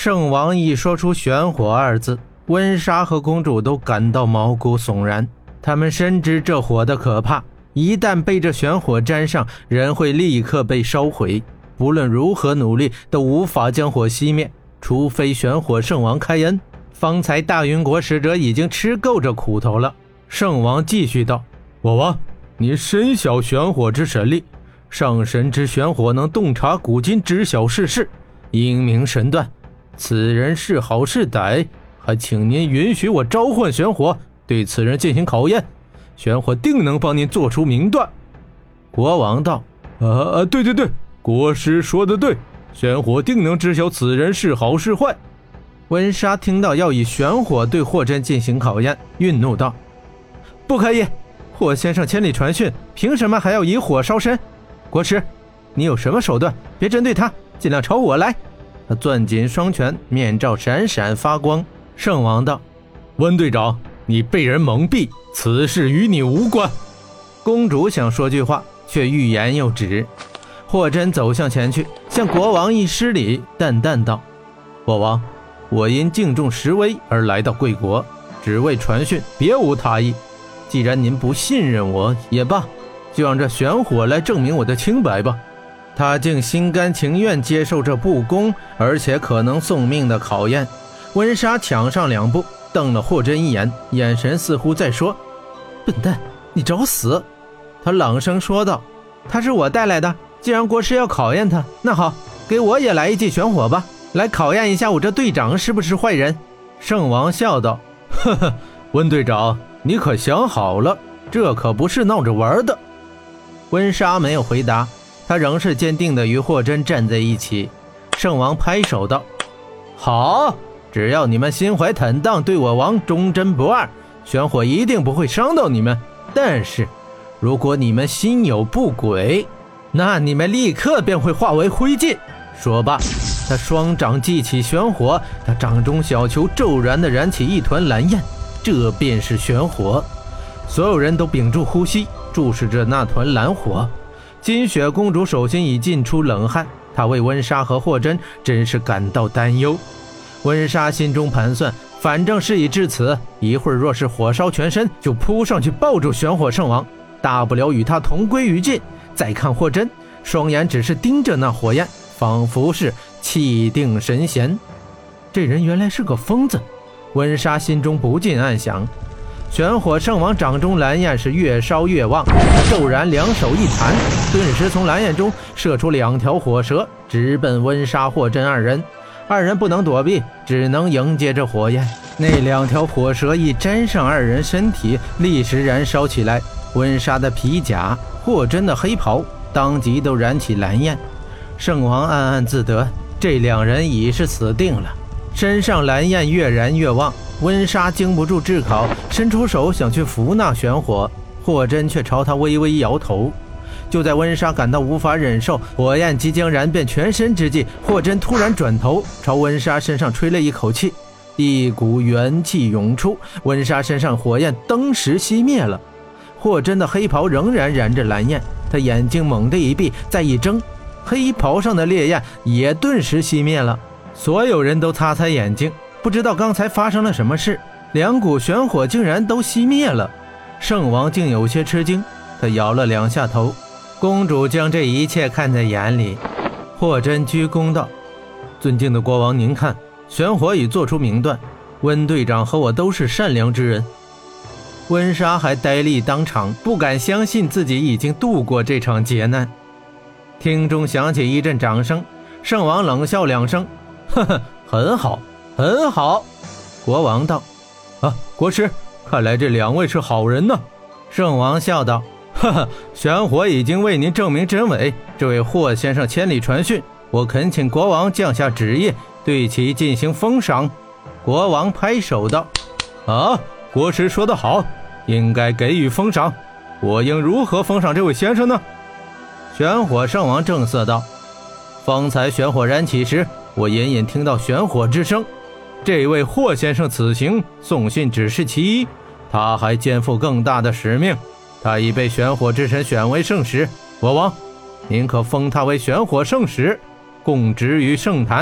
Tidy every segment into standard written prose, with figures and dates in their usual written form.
圣王一说出玄火二字，温莎和公主都感到毛骨悚然。他们深知这火的可怕，一旦被这玄火沾上，人会立刻被烧毁，不论如何努力都无法将火熄灭，除非玄火圣王开恩。方才大云国使者已经吃够这苦头了。圣王继续道：我王，你深晓玄火之神力，上神之玄火能洞察古今，知晓世事，英明神断，此人是好是歹，还请您允许我召唤玄火，对此人进行考验，玄火定能帮您做出明断。国王道：对，国师说得对，玄火定能知晓此人是好是坏。温莎听到要以玄火对霍真进行考验，愠怒道：不可以，霍先生千里传讯，凭什么还要以火烧身？国师，你有什么手段？别针对他，尽量朝我来。他攥紧双拳，面罩闪闪发光。圣王道：温队长，你被人蒙蔽，此事与你无关。公主想说句话，却欲言又止。霍真走向前去，向国王一施礼，淡淡道：国王，我因敬重石威而来到贵国，只为传讯，别无他意。既然您不信任我也罢，就让这玄火来证明我的清白吧。他竟心甘情愿接受这不公而且可能送命的考验。温莎抢上两步，瞪了霍真一眼，眼神似乎在说：笨蛋，你找死。他朗声说道：他是我带来的，既然国师要考验他，那好，给我也来一记玄火吧，来考验一下我这队长是不是坏人。圣王笑道：呵呵，温队长，你可想好了，这可不是闹着玩的。温莎没有回答，他仍是坚定地与霍真站在一起。圣王拍手道：好，只要你们心怀坦荡，对我王忠贞不二，玄火一定不会伤到你们。但是如果你们心有不轨，那你们立刻便会化为灰烬。说罢，他双掌击起玄火，他掌中小球骤然地燃起一团蓝焰，这便是玄火。所有人都屏住呼吸，注视着那团蓝火。金雪公主手心已浸出冷汗，她为温莎和霍真真是感到担忧。温莎心中盘算，反正事已至此，一会儿若是火烧全身，就扑上去抱住玄火圣王，大不了与他同归于尽。再看霍真，双眼只是盯着那火焰，仿佛是气定神闲。这人原来是个疯子，温莎心中不禁暗想。玄火圣王掌中蓝焰是越烧越旺，骤然两手一弹，顿时从蓝焰中射出两条火蛇，直奔温莎霍真二人。二人不能躲避，只能迎接着火焰。那两条火蛇一沾上二人身体，立时燃烧起来。温莎的皮甲，霍真的黑袍，当即都燃起蓝焰。圣王暗暗自得，这两人已是死定了。身上蓝焰越燃越旺，温莎经不住炙烤，伸出手想去扶那玄火，霍真却朝他微微摇头。就在温莎感到无法忍受，火焰即将燃遍全身之际，霍真突然转头朝温莎身上吹了一口气，一股元气涌出，温莎身上火焰登时熄灭了。霍真的黑袍仍然燃着蓝焰，他眼睛猛地一闭，再一睁，黑袍上的烈焰也顿时熄灭了。所有人都擦擦眼睛，不知道刚才发生了什么事，两股玄火竟然都熄灭了。圣王竟有些吃惊，他摇了两下头。公主将这一切看在眼里。霍真鞠躬道：尊敬的国王，您看，玄火已做出明断，温队长和我都是善良之人。温莎还呆立当场，不敢相信自己已经度过这场劫难。厅中响起一阵掌声，圣王冷笑两声：呵呵，很好，很好。国王道：国师，看来这两位是好人呢。圣王笑道：呵呵，玄火已经为您证明真伪，这位霍先生千里传讯，我恳请国王降下旨意，对其进行封赏。国王拍手道：国师说得好，应该给予封赏。我应如何封赏这位先生呢？玄火圣王正色道：方才玄火燃起时，我隐隐听到玄火之声。这位霍先生此行送信只是其一，他还肩负更大的使命。他已被玄火之神选为圣使，国王，您可封他为玄火圣使，供职于圣坛。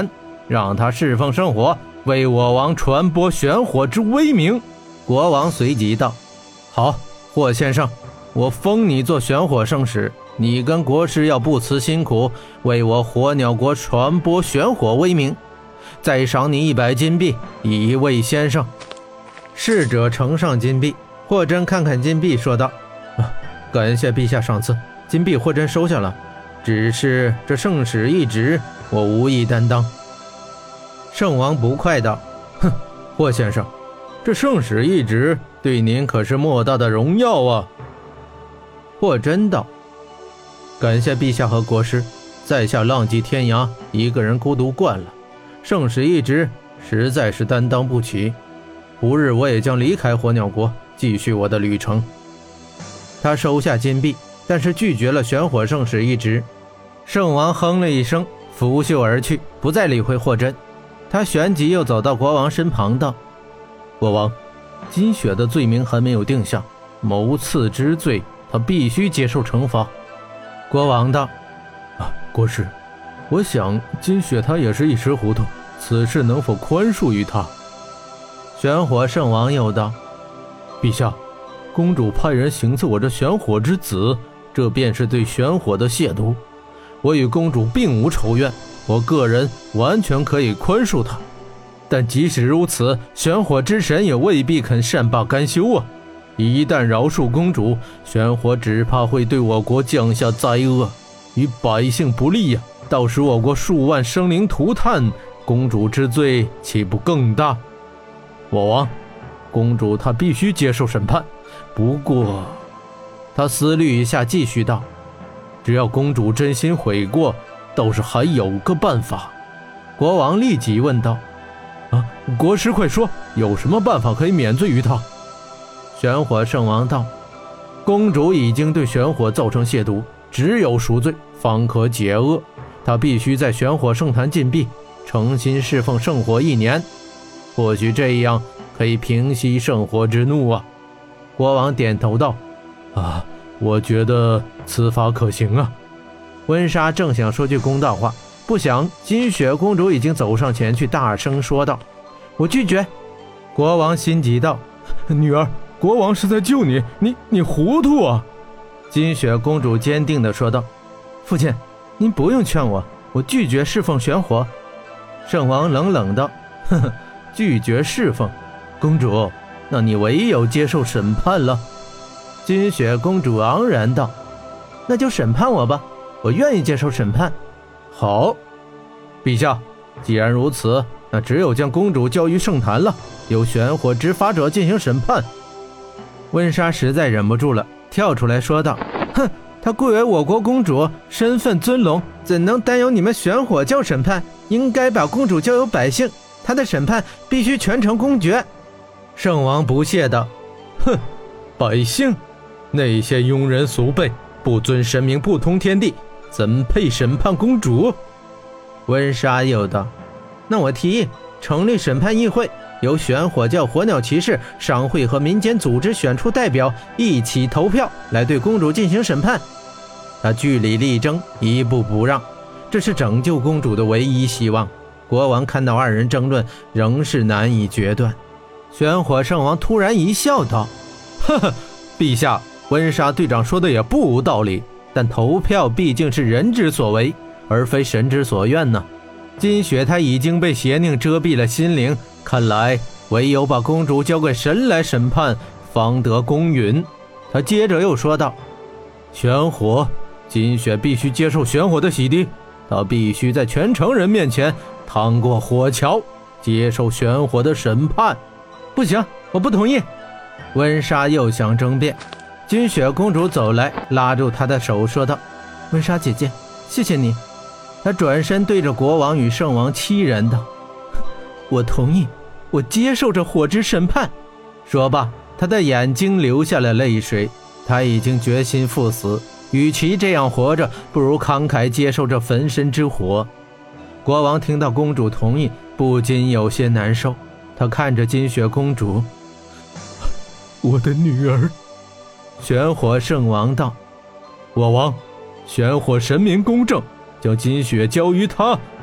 让他侍奉圣火，为我王传播玄火之威名。国王随即道：好，霍先生，我封你做玄火圣使，你跟国师要不辞辛苦，为我火鸟国传播玄火威名，再赏你100金币，以慰先生。侍者呈上金币，霍真看看金币说道：感谢陛下赏赐，金币霍真收下了，只是这圣使一职我无意担当。圣王不快道：哼，霍先生，这圣使一职对您可是莫大的荣耀啊。霍真道：感谢陛下和国师，在下浪迹天涯，一个人孤独惯了，圣使一职实在是担当不起，不日我也将离开火鸟国，继续我的旅程。他收下金币，但是拒绝了玄火圣使一职。圣王哼了一声，拂袖而去，不再理会霍真。他旋即又走到国王身旁道：国王，金雪的罪名还没有定下，谋刺之罪他必须接受惩罚。国王道：国师，我想金雪他也是一时糊涂，此事能否宽恕于他？玄火圣王又道：陛下，公主派人行刺我这玄火之子，这便是对玄火的亵渎，我与公主并无仇怨，我个人完全可以宽恕她，但即使如此，玄火之神也未必肯善罢甘休啊！一旦饶恕公主，玄火只怕会对我国降下灾厄，与百姓不利呀！到时我国数万生灵涂炭，公主之罪岂不更大？我王，公主她必须接受审判，不过……他思虑一下，继续道：只要公主真心悔过，倒是还有个办法。国王立即问道：国师快说，有什么办法可以免罪于他？玄火圣王道：公主已经对玄火造成亵渎，只有赎罪方可解厄，她必须在玄火圣坛禁闭，诚心侍奉圣火1年，或许这样可以平息圣火之怒啊。国王点头道：我觉得此法可行啊。温莎正想说句公道话，不想金雪公主已经走上前去，大声说道：我拒绝。国王心急道：女儿，国王是在救你，你糊涂啊！金雪公主坚定地说道：父亲，您不用劝我，我拒绝侍奉玄火。圣王冷冷道：拒绝侍奉？公主，那你唯有接受审判了。金雪公主昂然道：那就审判我吧，我愿意接受审判。好，陛下，既然如此，那只有将公主交于圣坛了，由玄火执法者进行审判。温莎实在忍不住了，跳出来说道：哼，她贵为我国公主，身份尊荣，怎能单由你们玄火教审判？应该把公主交由百姓，她的审判必须全城公决。圣王不屑道：哼，百姓？那些庸人俗辈，不尊神明，不通天地，怎配审判公主？温莎又道：那我提议成立审判议会，由玄火教、火鸟骑士、商会和民间组织选出代表，一起投票来对公主进行审判。他据理力争，一步不让，这是拯救公主的唯一希望。国王看到二人争论，仍是难以决断。玄火圣王突然一笑道：呵呵，陛下，温莎队长说的也不无道理，但投票毕竟是人之所为，而非神之所愿呢。金雪她已经被邪佞遮蔽了心灵，看来唯有把公主交给神来审判，方得公允。他接着又说道：玄火，金雪必须接受玄火的洗涤，她必须在全城人面前趟过火桥，接受玄火的审判。不行，我不同意。温莎又想争辩，金雪公主走来，拉住她的手说道：温莎姐姐，谢谢你。她转身对着国王与圣王凄然道：我同意，我接受这火之审判。说罢，她的眼睛流下了泪水。她已经决心赴死，与其这样活着，不如慷慨接受这焚身之火。国王听到公主同意，不禁有些难受。他看着金雪公主：我的女儿。玄火圣王道：我王，玄火神明公正，将金雪交于他，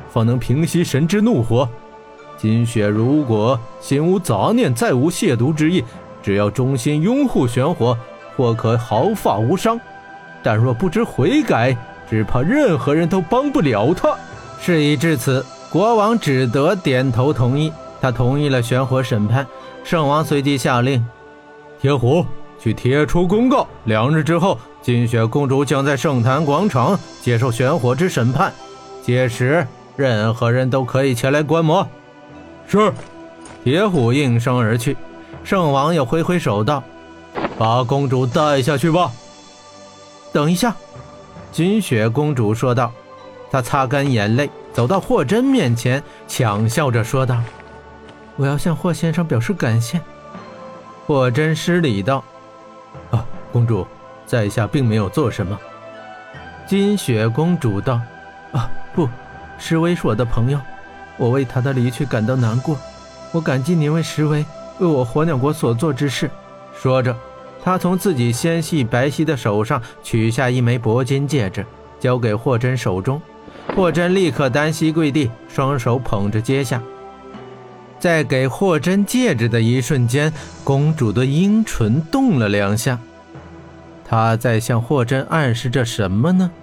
方能平息神之怒火。金雪如果心无杂念，再无亵渎之意，只要忠心拥护玄火，或可毫发无伤。但若不知悔改，只怕任何人都帮不了他。事已至此，国王只得点头同意。他同意了玄火审判。圣王随即下令：铁虎，去贴出公告，2日之后，金雪公主将在圣坛广场接受玄火之审判，届时任何人都可以前来观摩。 是。 铁虎应声而去。圣王又挥挥手道：把公主带下去吧。等一下，金雪公主说道。她擦干眼泪，走到霍真面前，强笑着说道：我要向霍先生表示感谢。霍真施礼道：公主，在下并没有做什么。金雪公主道：不，石维是我的朋友，我为他的离去感到难过，我感激您为石维，为我火鸟国所做之事。说着，他从自己纤细白皙的手上取下一枚铂金戒指，交给霍真手中。霍真立刻单膝跪地，双手捧着接下。在给霍真戒指的一瞬间，公主的樱唇动了2下。她在向霍真暗示着什么呢？